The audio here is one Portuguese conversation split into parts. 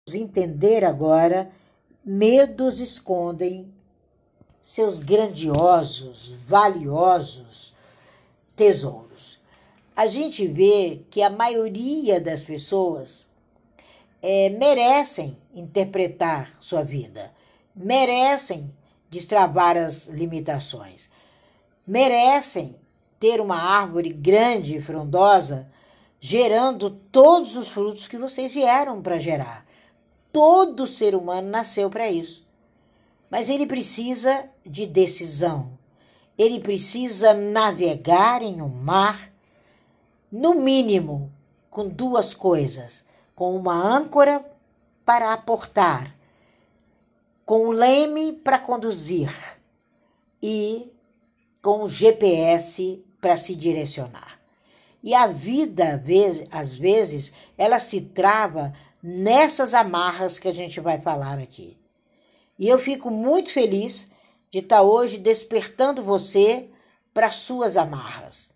Entender agora, medos escondem seus grandiosos, valiosos tesouros. A gente vê que a maioria das pessoas merecem interpretar sua vida, merecem destravar as limitações, merecem ter uma árvore grande e frondosa, gerando todos os frutos que vocês vieram para gerar. Todo ser humano nasceu para isso. Mas ele precisa de decisão. Ele precisa navegar em um mar, no mínimo, com duas coisas. Com uma âncora para aportar, com um leme para conduzir e com um GPS para se direcionar. E a vida, às vezes, ela se trava nessas amarras que a gente vai falar aqui. E eu fico muito feliz de estar hoje despertando você para suas amarras.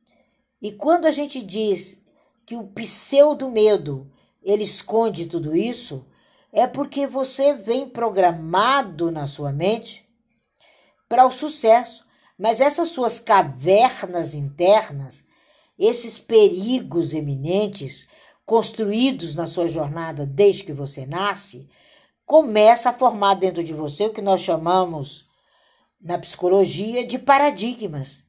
E quando a gente diz que o pseudo-medo, ele esconde tudo isso, é porque você vem programado na sua mente para o sucesso. Mas essas suas cavernas internas, esses perigos eminentes, construídos na sua jornada desde que você nasce, começa a formar dentro de você o que nós chamamos, na psicologia, de paradigmas.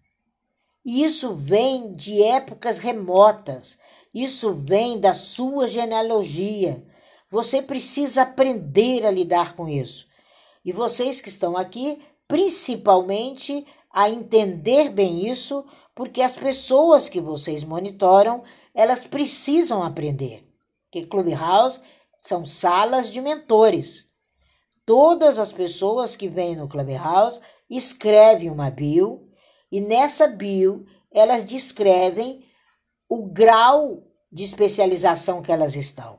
E isso vem de épocas remotas, isso vem da sua genealogia. Você precisa aprender a lidar com isso. E vocês que estão aqui, principalmente, a entender bem isso, porque as pessoas que vocês monitoram, elas precisam aprender. Porque Clubhouse são salas de mentores. Todas as pessoas que vêm no Clubhouse escrevem uma bio, e nessa bio elas descrevem o grau de especialização que elas estão.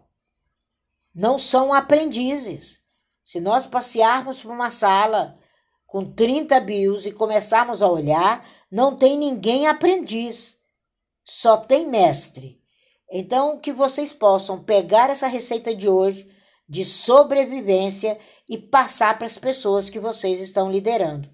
Não são aprendizes. Se nós passearmos por uma sala com 30 bios e começarmos a olhar, não tem ninguém aprendiz, só tem mestre. Então, que vocês possam pegar essa receita de hoje de sobrevivência e passar para as pessoas que vocês estão liderando.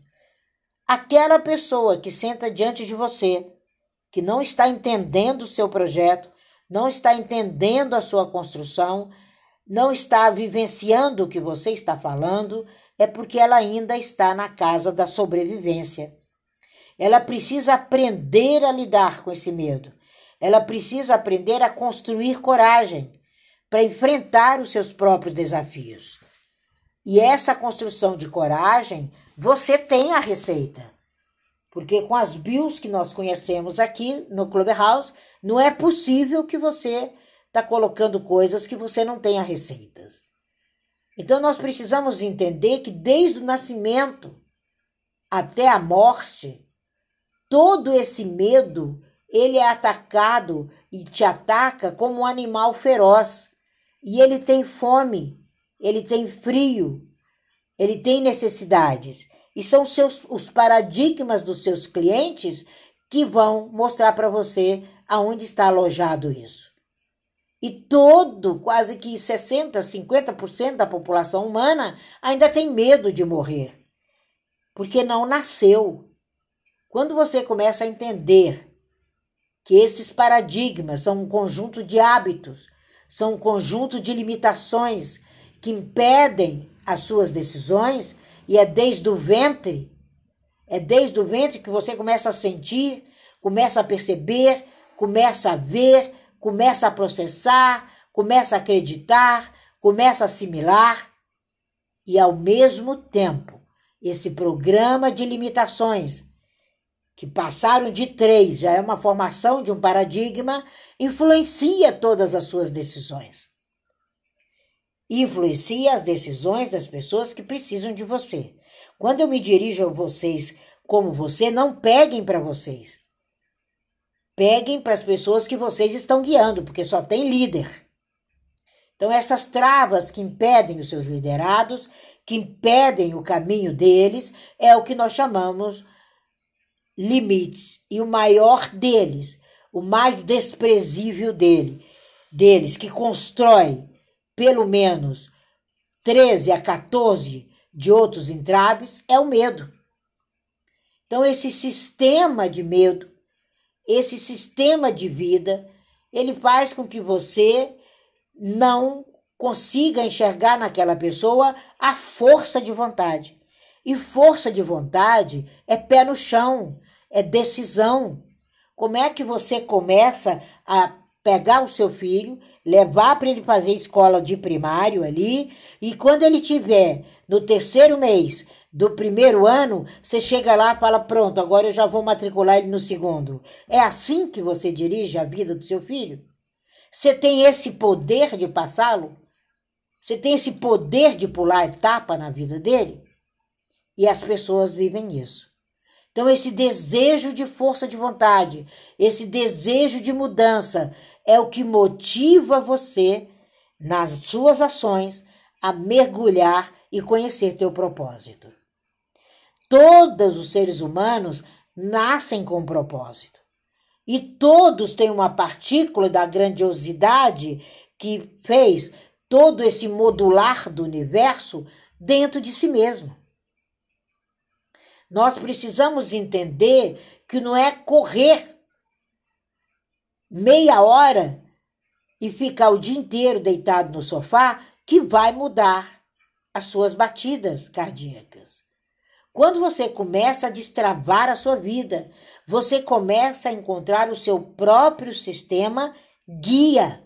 Aquela pessoa que senta diante de você, que não está entendendo o seu projeto, não está entendendo a sua construção, não está vivenciando o que você está falando, é porque ela ainda está na casa da sobrevivência. Ela precisa aprender a lidar com esse medo. Ela precisa aprender a construir coragem para enfrentar os seus próprios desafios. E essa construção de coragem, você tem a receita. Porque com as bios que nós conhecemos aqui no Clubhouse, não é possível que você está colocando coisas que você não tenha receitas. Então nós precisamos entender que desde o nascimento até a morte, todo esse medo, ele é atacado e te ataca como um animal feroz. E ele tem fome, ele tem frio, ele tem necessidades. E são os paradigmas dos seus clientes que vão mostrar para você aonde está alojado isso. E quase que 60%, 50% da população humana ainda tem medo de morrer, porque não nasceu. Quando você começa a entender que esses paradigmas são um conjunto de hábitos, são um conjunto de limitações que impedem as suas decisões, e é desde o ventre que você começa a sentir, começa a perceber, começa a ver, começa a processar, começa a acreditar, começa a assimilar. E, ao mesmo tempo, esse programa de limitações, que passaram de 3, já é uma formação de um paradigma, influencia todas as suas decisões. Influencia as decisões das pessoas que precisam de você. Quando eu me dirijo a vocês como você, não peguem para vocês. Peguem para as pessoas que vocês estão guiando, porque só tem líder. Então, essas travas que impedem os seus liderados, que impedem o caminho deles, é o que nós chamamos limites. E o maior deles, o mais desprezível deles, que constrói pelo menos 13 a 14 de outros entraves, é o medo. Então, esse sistema de medo, esse sistema de vida, ele faz com que você não consiga enxergar naquela pessoa a força de vontade. E força de vontade é pé no chão, é decisão. Como é que você começa a pegar o seu filho, levar para ele fazer escola de primário ali, e quando ele tiver no 3º mês do 1º ano, você chega lá e fala, pronto, agora eu já vou matricular ele no 2º. É assim que você dirige a vida do seu filho? Você tem esse poder de passá-lo? Você tem esse poder de pular etapa na vida dele? E as pessoas vivem isso. Então, esse desejo de força de vontade, esse desejo de mudança é o que motiva você, nas suas ações, a mergulhar e conhecer teu propósito. Todos os seres humanos nascem com propósito. E todos têm uma partícula da grandiosidade que fez todo esse modular do universo dentro de si mesmo. Nós precisamos entender que não é correr meia hora e ficar o dia inteiro deitado no sofá que vai mudar as suas batidas cardíacas. Quando você começa a destravar a sua vida, você começa a encontrar o seu próprio sistema guia.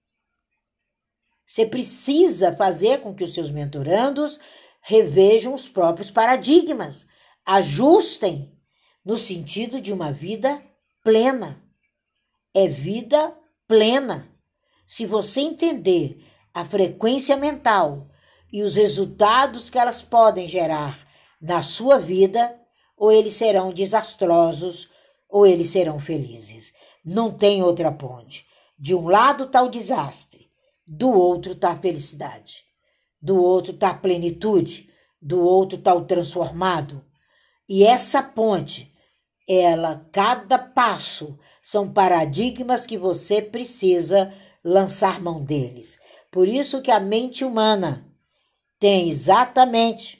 Você precisa fazer com que os seus mentorandos revejam os próprios paradigmas, ajustem no sentido de uma vida plena. É vida plena. Se você entender a frequência mental e os resultados que elas podem gerar na sua vida, ou eles serão desastrosos, ou eles serão felizes. Não tem outra ponte. De um lado está o desastre, do outro está a felicidade, do outro está a plenitude, do outro está o transformado. E essa ponte, cada passo, são paradigmas que você precisa lançar mão deles. Por isso que a mente humana tem exatamente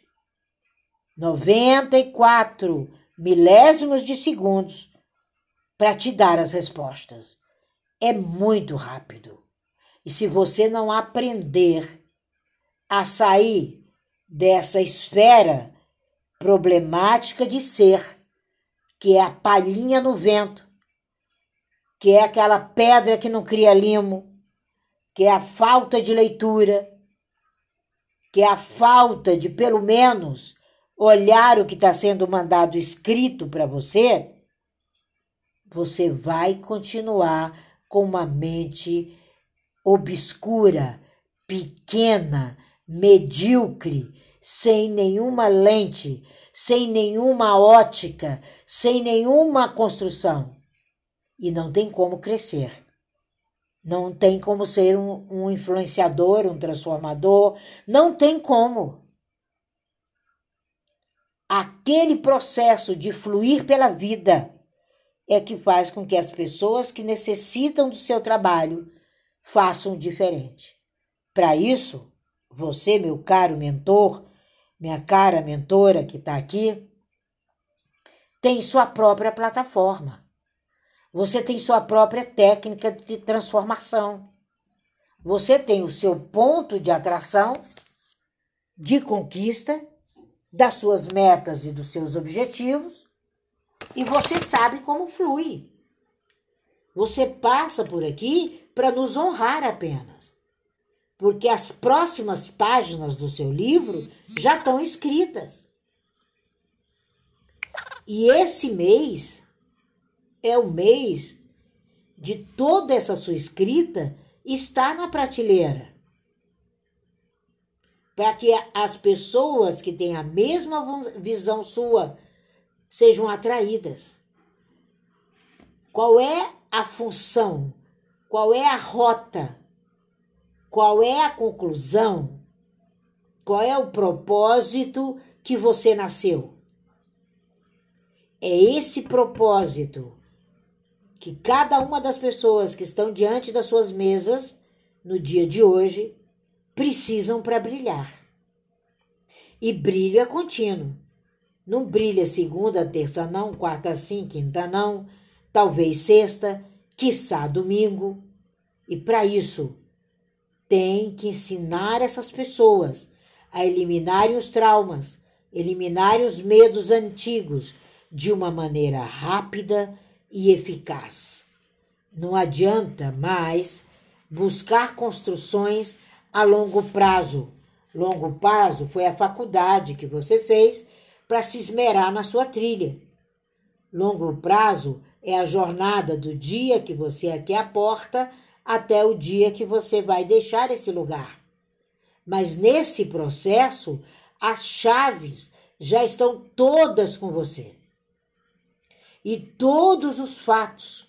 94 milésimos de segundos para te dar as respostas. É muito rápido. E se você não aprender a sair dessa esfera problemática de ser, que é a palhinha no vento, que é aquela pedra que não cria limo, que é a falta de leitura, que é a falta de, pelo menos, olhar o que está sendo mandado escrito para você, você vai continuar com uma mente obscura, pequena, medíocre, sem nenhuma lente, sem nenhuma ótica, sem nenhuma construção. E não tem como crescer. Não tem como ser um influenciador, um transformador. Não tem como. Aquele processo de fluir pela vida é que faz com que as pessoas que necessitam do seu trabalho façam diferente. Para isso, você, meu caro mentor, minha cara mentora que está aqui, tem sua própria plataforma. Você tem sua própria técnica de transformação. Você tem o seu ponto de atração, de conquista, das suas metas e dos seus objetivos, e você sabe como flui. Você passa por aqui para nos honrar apenas, porque as próximas páginas do seu livro já estão escritas. E esse mês é o mês de toda essa sua escrita estar na prateleira, para que as pessoas que têm a mesma visão sua sejam atraídas. Qual é a função? Qual é a rota? Qual é a conclusão? Qual é o propósito que você nasceu? É esse propósito que cada uma das pessoas que estão diante das suas mesas no dia de hoje precisam para brilhar. E brilho é contínuo. Não brilha segunda, terça não, quarta sim, quinta não, talvez sexta, quiçá domingo. E para isso, tem que ensinar essas pessoas a eliminarem os traumas, eliminarem os medos antigos de uma maneira rápida e eficaz. Não adianta mais buscar construções a longo prazo. Longo prazo foi a faculdade que você fez para se esmerar na sua trilha. Longo prazo é a jornada do dia que você aqui à porta até o dia que você vai deixar esse lugar. Mas nesse processo, as chaves já estão todas com você. E todos os fatos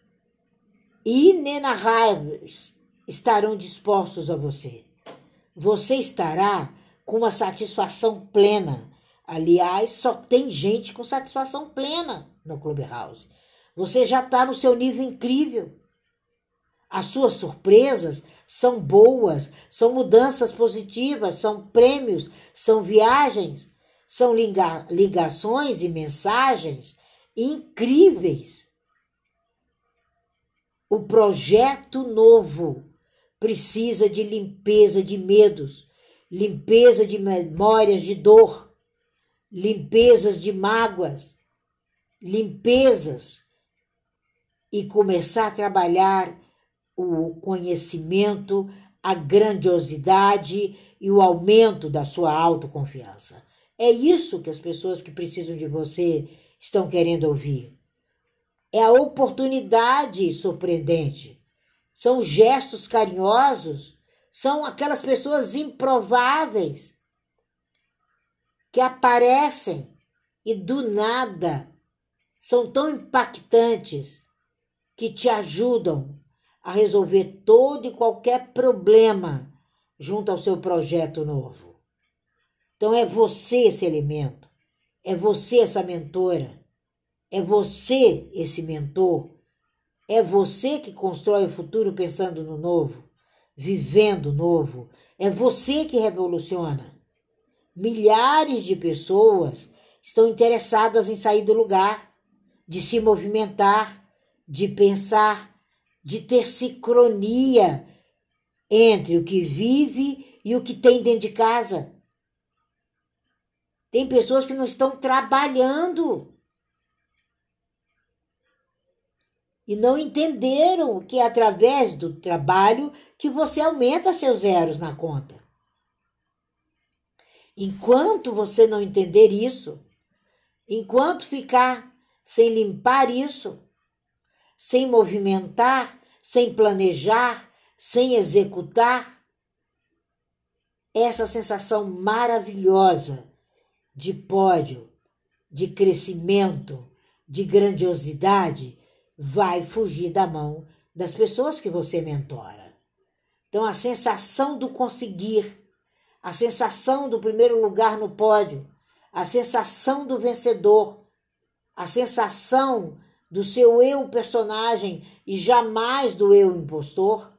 inenarráveis estarão dispostos a você. Você estará com uma satisfação plena. Aliás, só tem gente com satisfação plena no Clubhouse. Você já está no seu nível incrível. As suas surpresas são boas, são mudanças positivas, são prêmios, são viagens, são ligações e mensagens incríveis. O projeto novo precisa de limpeza de medos, limpeza de memórias de dor, limpezas de mágoas, limpezas e começar a trabalhar o conhecimento, a grandiosidade e o aumento da sua autoconfiança. É isso que as pessoas que precisam de você estão querendo ouvir. É a oportunidade surpreendente. São gestos carinhosos, são aquelas pessoas improváveis que aparecem e do nada são tão impactantes que te ajudam a resolver todo e qualquer problema junto ao seu projeto novo. Então é você esse elemento, é você essa mentora, é você esse mentor, é você que constrói o futuro pensando no novo, vivendo o novo, é você que revoluciona. Milhares de pessoas estão interessadas em sair do lugar, de se movimentar, de pensar, de ter sincronia entre o que vive e o que tem dentro de casa. Tem pessoas que não estão trabalhando e não entenderam que é através do trabalho que você aumenta seus zeros na conta. Enquanto você não entender isso, enquanto ficar sem limpar isso, sem movimentar, sem planejar, sem executar, essa sensação maravilhosa de pódio, de crescimento, de grandiosidade, vai fugir da mão das pessoas que você mentora. Então, a sensação do conseguir, a sensação do primeiro lugar no pódio, a sensação do vencedor, a sensação do seu eu personagem e jamais do eu impostor,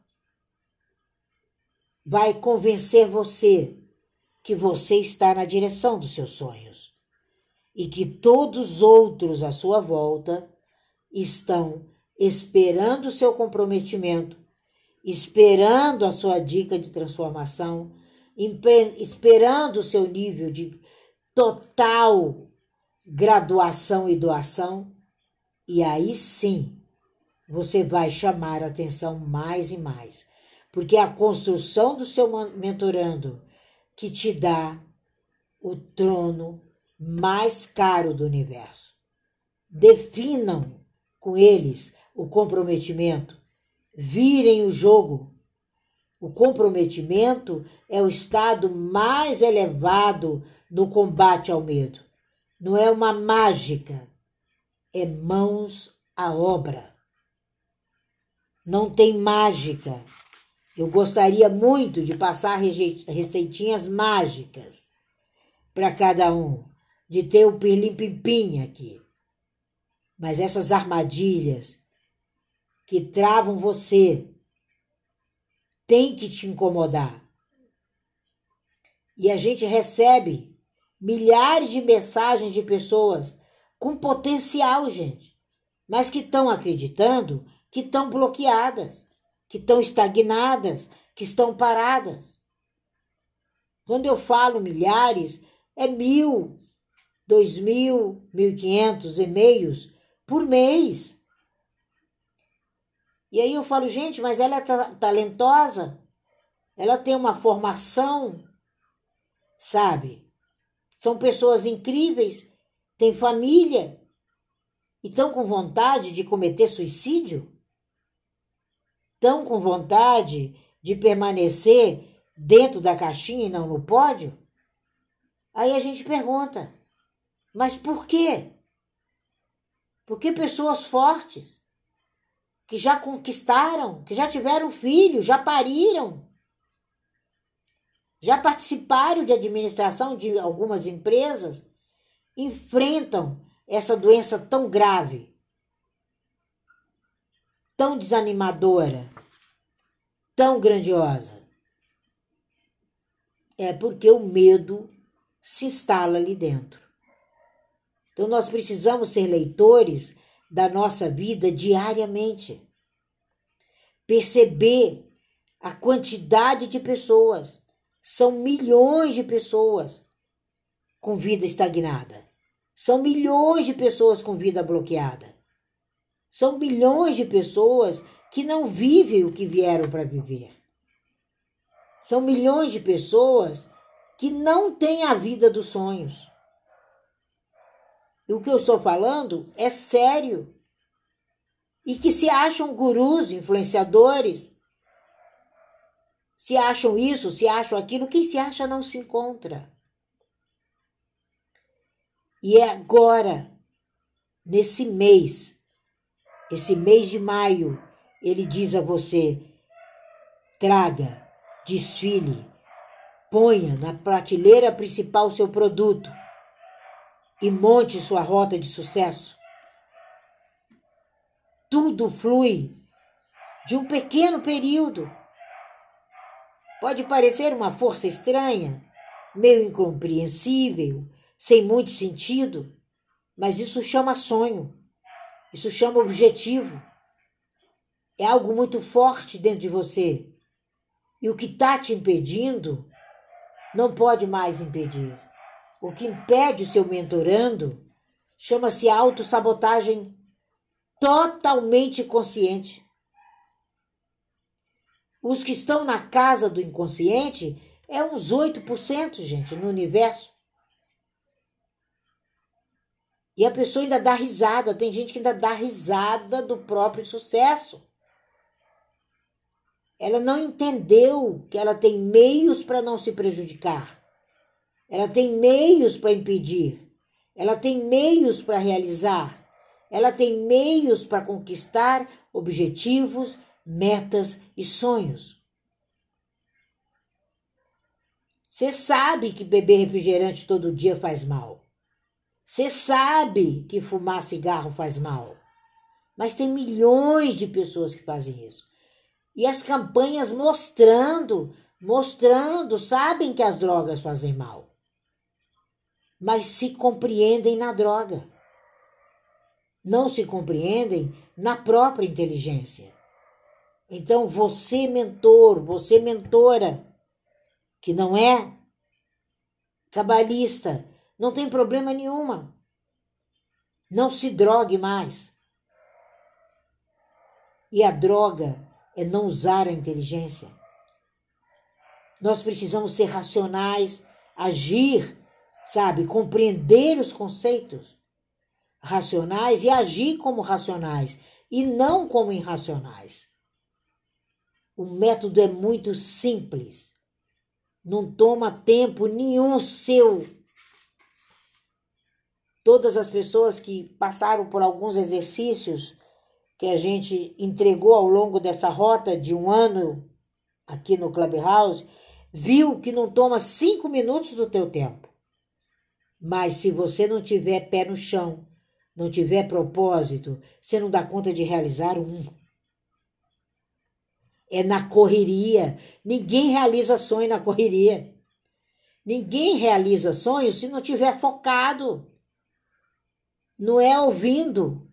vai convencer você que você está na direção dos seus sonhos e que todos os outros à sua volta estão esperando o seu comprometimento, esperando a sua dica de transformação, esperando o seu nível de total graduação e doação, e aí sim você vai chamar a atenção mais e mais, porque é a construção do seu mentorando que te dá o trono mais caro do universo. Definam com eles o comprometimento, virem o jogo. O comprometimento é o estado mais elevado no combate ao medo. Não é uma mágica, é mãos à obra. Não tem mágica. Eu gostaria muito de passar receitinhas mágicas para cada um, de ter o pirlim-pim-pim aqui. Mas essas armadilhas que travam você têm que te incomodar. E a gente recebe milhares de mensagens de pessoas com potencial, gente, mas que estão acreditando que estão bloqueadas, que estão estagnadas, que estão paradas. Quando eu falo milhares, é 1.000, 2.000, 1.500 e-mails por mês. E aí eu falo, gente, mas ela é talentosa, ela tem uma formação, sabe? São pessoas incríveis, têm família e estão com vontade de cometer suicídio? Estão com vontade de permanecer dentro da caixinha e não no pódio? Aí a gente pergunta, mas por quê? Porque pessoas fortes, que já conquistaram, que já tiveram filhos, já pariram, já participaram de administração de algumas empresas, enfrentam essa doença tão grave, tão desanimadora, tão grandiosa. É porque o medo se instala ali dentro. Então nós precisamos ser leitores da nossa vida diariamente. Perceber a quantidade de pessoas. São milhões de pessoas com vida estagnada. São milhões de pessoas com vida bloqueada. São milhões de pessoas que não vivem o que vieram para viver. São milhões de pessoas que não têm a vida dos sonhos. E o que eu estou falando é sério. E que se acham gurus, influenciadores, se acham isso, se acham aquilo, quem se acha não se encontra. E é agora, nesse mês, esse mês de maio, ele diz a você, traga, desfile, ponha na prateleira principal seu produto e monte sua rota de sucesso. Tudo flui de um pequeno período. Pode parecer uma força estranha, meio incompreensível, sem muito sentido, mas isso chama sonho, isso chama objetivo. É algo muito forte dentro de você. E o que está te impedindo, não pode mais impedir. O que impede o seu mentorando chama-se autossabotagem totalmente consciente. Os que estão na casa do inconsciente é uns 8%, gente, no universo. E a pessoa ainda dá risada. Tem gente que ainda dá risada do próprio sucesso. Ela não entendeu que ela tem meios para não se prejudicar. Ela tem meios para impedir. Ela tem meios para realizar. Ela tem meios para conquistar objetivos, metas e sonhos. Você sabe que beber refrigerante todo dia faz mal. Você sabe que fumar cigarro faz mal. Mas tem milhões de pessoas que fazem isso. E as campanhas mostrando, sabem que as drogas fazem mal. Mas se compreendem na droga. Não se compreendem na própria inteligência. Então, você mentor, você mentora, que não é cabalista, não tem problema nenhuma. Não se drogue mais. E a droga é não usar a inteligência. Nós precisamos ser racionais, agir, sabe, compreender os conceitos racionais e agir como racionais e não como irracionais. O método é muito simples. Não toma tempo nenhum seu. Todas as pessoas que passaram por alguns exercícios que a gente entregou ao longo dessa rota de 1 ano aqui no Clubhouse, viu que não toma 5 minutos do teu tempo. Mas se você não tiver pé no chão, não tiver propósito, você não dá conta de realizar um. É na correria. Ninguém realiza sonho na correria. Ninguém realiza sonhos se não tiver focado. Não é ouvindo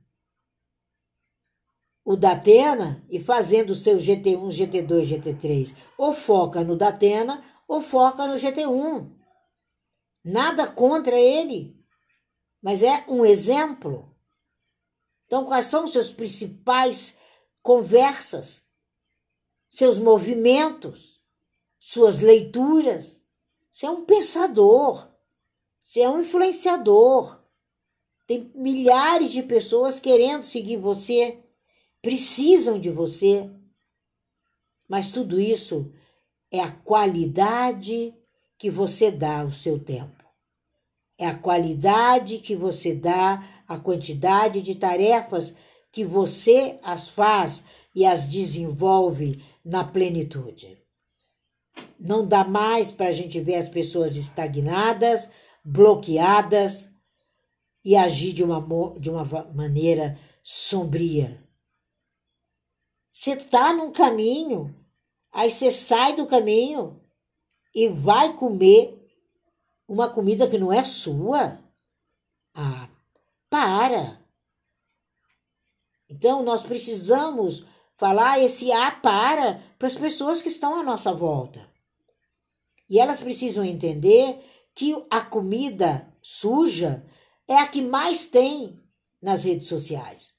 o Datena e fazendo o seu GT1, GT2, GT3. Ou foca no Datena ou foca no GT1. Nada contra ele, mas é um exemplo. Então, quais são os seus principais conversas, seus movimentos, suas leituras? Você é um pensador, você é um influenciador. Tem milhares de pessoas querendo seguir você, precisam de você. Mas tudo isso é a qualidade que você dá ao seu tempo. É a qualidade que você dá, a quantidade de tarefas que você as faz e as desenvolve na plenitude. Não dá mais para a gente ver as pessoas estagnadas, bloqueadas e agir de uma maneira sombria. Você está num caminho, aí você sai do caminho e vai comer uma comida que não é sua. Ah, para! Então, nós precisamos falar esse para as pessoas que estão à nossa volta. E elas precisam entender que a comida suja é a que mais tem nas redes sociais.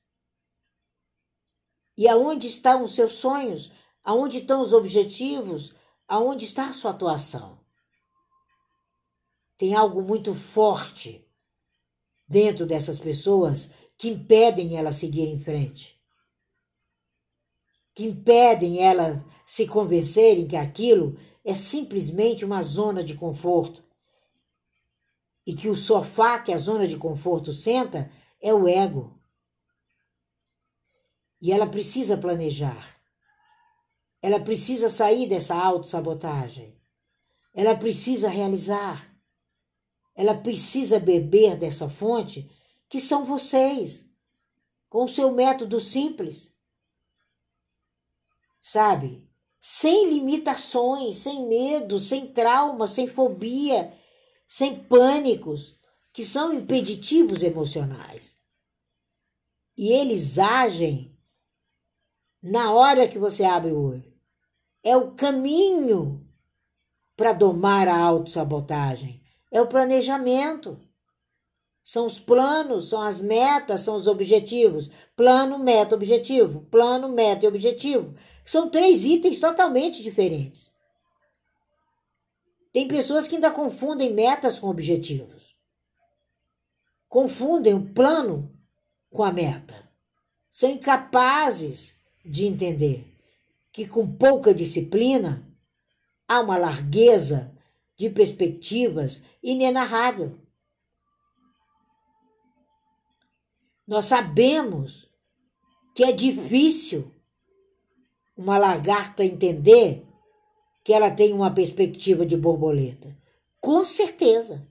E aonde estão os seus sonhos? Aonde estão os objetivos? Aonde está a sua atuação? Tem algo muito forte dentro dessas pessoas que impedem elas seguir em frente. Que impedem elas se convencerem que aquilo é simplesmente uma zona de conforto. E que o sofá que a zona de conforto senta é o ego. E ela precisa planejar. Ela precisa sair dessa autossabotagem. Ela precisa realizar. Ela precisa beber dessa fonte que são vocês, com o seu método simples. Sabe? Sem limitações, sem medo, sem trauma, sem fobia, sem pânicos, que são impeditivos emocionais. E eles agem na hora que você abre o olho. É o caminho para domar a autossabotagem. É o planejamento. São os planos, são as metas, são os objetivos. Plano, meta, objetivo. Plano, meta e objetivo. São 3 itens totalmente diferentes. Tem pessoas que ainda confundem metas com objetivos. Confundem o plano com a meta. São incapazes de entender que com pouca disciplina há uma largueza de perspectivas inenarrável. Nós sabemos que é difícil uma lagarta entender que ela tem uma perspectiva de borboleta. Com certeza.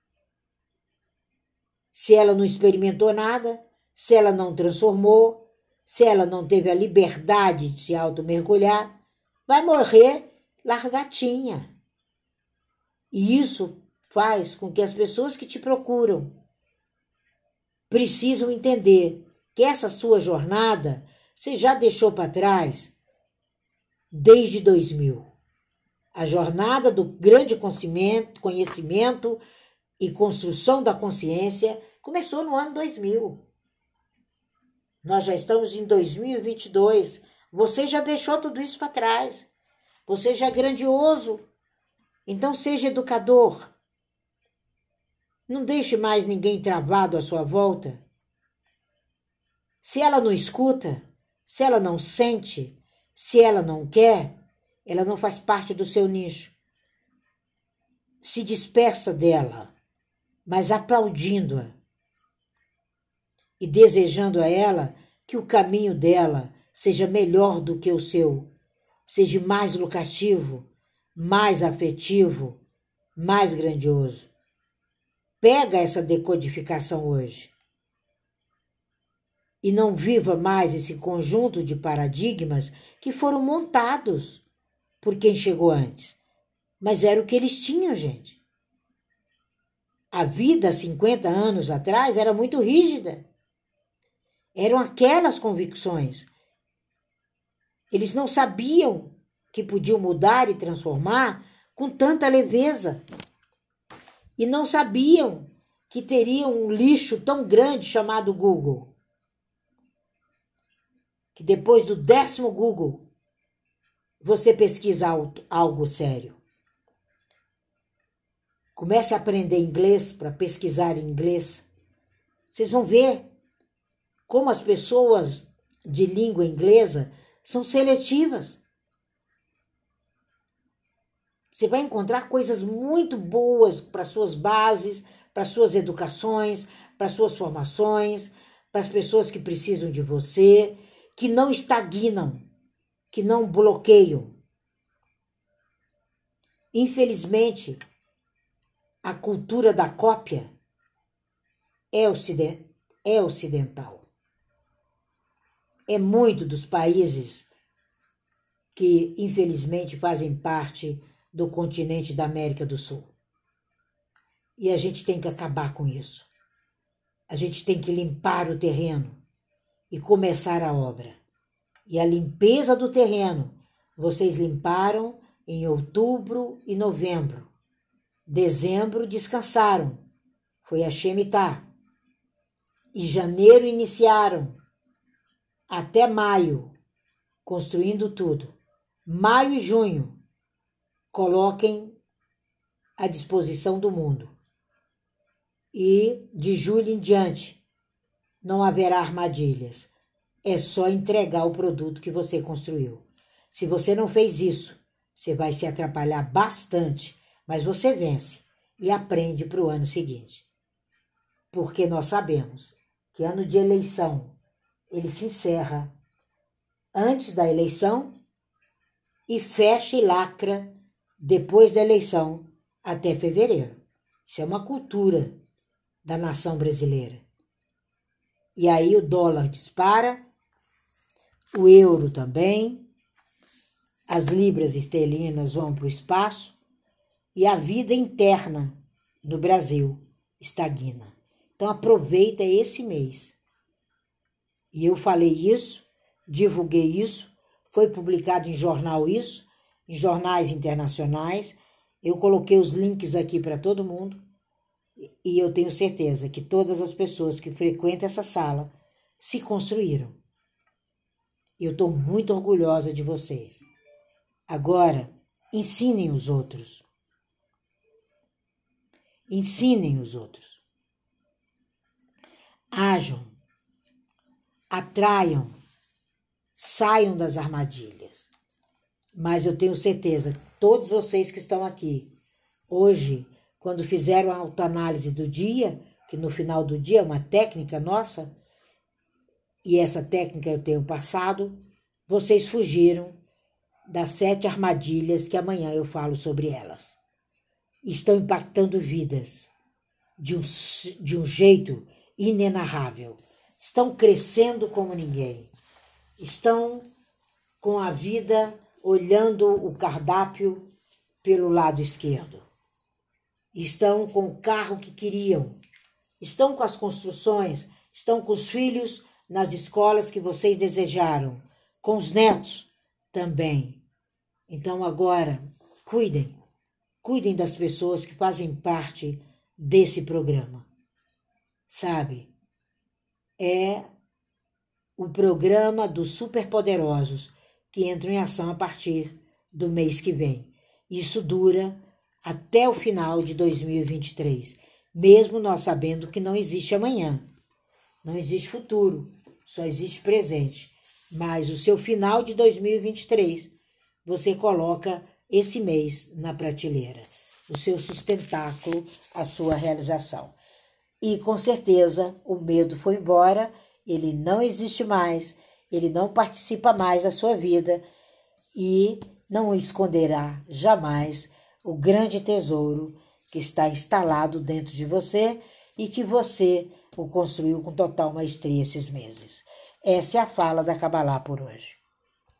Se ela não experimentou nada, se ela não transformou, se ela não teve a liberdade de se auto-mergulhar, vai morrer largatinha. E isso faz com que as pessoas que te procuram precisam entender que essa sua jornada você já deixou para trás desde 2000. A jornada do grande conhecimento e construção da consciência começou no ano 2000. Nós já estamos em 2022. Você já deixou tudo isso para trás. Você já é grandioso. Então seja educador. Não deixe mais ninguém travado à sua volta. Se ela não escuta, se ela não sente, se ela não quer, ela não faz parte do seu nicho. Se despeça dela, mas aplaudindo-a e desejando a ela que o caminho dela seja melhor do que o seu, seja mais lucrativo, mais afetivo, mais grandioso. Pega essa decodificação hoje e não viva mais esse conjunto de paradigmas que foram montados por quem chegou antes. Mas era o que eles tinham, gente. A vida 50 anos atrás era muito rígida. Eram aquelas convicções. Eles não sabiam que podiam mudar e transformar com tanta leveza. E não sabiam que teriam um lixo tão grande chamado Google. Que depois do 10º Google, você pesquisa algo sério. Comece a aprender inglês para pesquisar em inglês. Vocês vão ver como as pessoas de língua inglesa são seletivas. Você vai encontrar coisas muito boas para suas bases, para suas educações, para suas formações, para as pessoas que precisam de você, que não estagnam, que não bloqueiam. Infelizmente, a cultura da cópia é ocidental. É muito dos países que, infelizmente, fazem parte do continente da América do Sul. E a gente tem que acabar com isso. A gente tem que limpar o terreno e começar a obra. E a limpeza do terreno, vocês limparam em outubro e novembro. Dezembro descansaram, foi a Shemitah. E janeiro iniciaram, até maio, construindo tudo. Maio e junho, coloquem à disposição do mundo. E de julho em diante, não haverá armadilhas. É só entregar o produto que você construiu. Se você não fez isso, você vai se atrapalhar bastante, mas você vence e aprende para o ano seguinte. Porque nós sabemos que ano de eleição, ele se encerra antes da eleição e fecha e lacra depois da eleição até fevereiro. Isso é uma cultura da nação brasileira. E aí o dólar dispara, o euro também, as libras esterlinas vão para o espaço e a vida interna no Brasil estagna. Então aproveita esse mês. E eu falei isso, divulguei isso, foi publicado em jornal isso, em jornais internacionais. Eu coloquei os links aqui para todo mundo e eu tenho certeza que todas as pessoas que frequentam essa sala se construíram. Eu estou muito orgulhosa de vocês. Agora, ensinem os outros. Ensinem os outros. Ajam, atraiam, saiam das armadilhas. Mas eu tenho certeza que todos vocês que estão aqui, hoje, quando fizeram a autoanálise do dia, que no final do dia é uma técnica nossa, e essa técnica eu tenho passado, vocês fugiram das 7 armadilhas que amanhã eu falo sobre elas. Estão impactando vidas de um jeito inenarrável. Estão crescendo como ninguém. Estão com a vida olhando o cardápio pelo lado esquerdo. Estão com o carro que queriam. Estão com as construções. Estão com os filhos nas escolas que vocês desejaram. Com os netos também. Então agora, cuidem. Cuidem das pessoas que fazem parte desse programa. Sabe? É o programa dos superpoderosos que entram em ação a partir do mês que vem. Isso dura até o final de 2023, mesmo nós sabendo que não existe amanhã, não existe futuro, só existe presente. Mas o seu final de 2023, você coloca esse mês na prateleira, o seu sustentáculo, a sua realização. E com certeza o medo foi embora, ele não existe mais, ele não participa mais da sua vida e não esconderá jamais o grande tesouro que está instalado dentro de você e que você o construiu com total maestria esses meses. Essa é a fala da Kabbalah por hoje.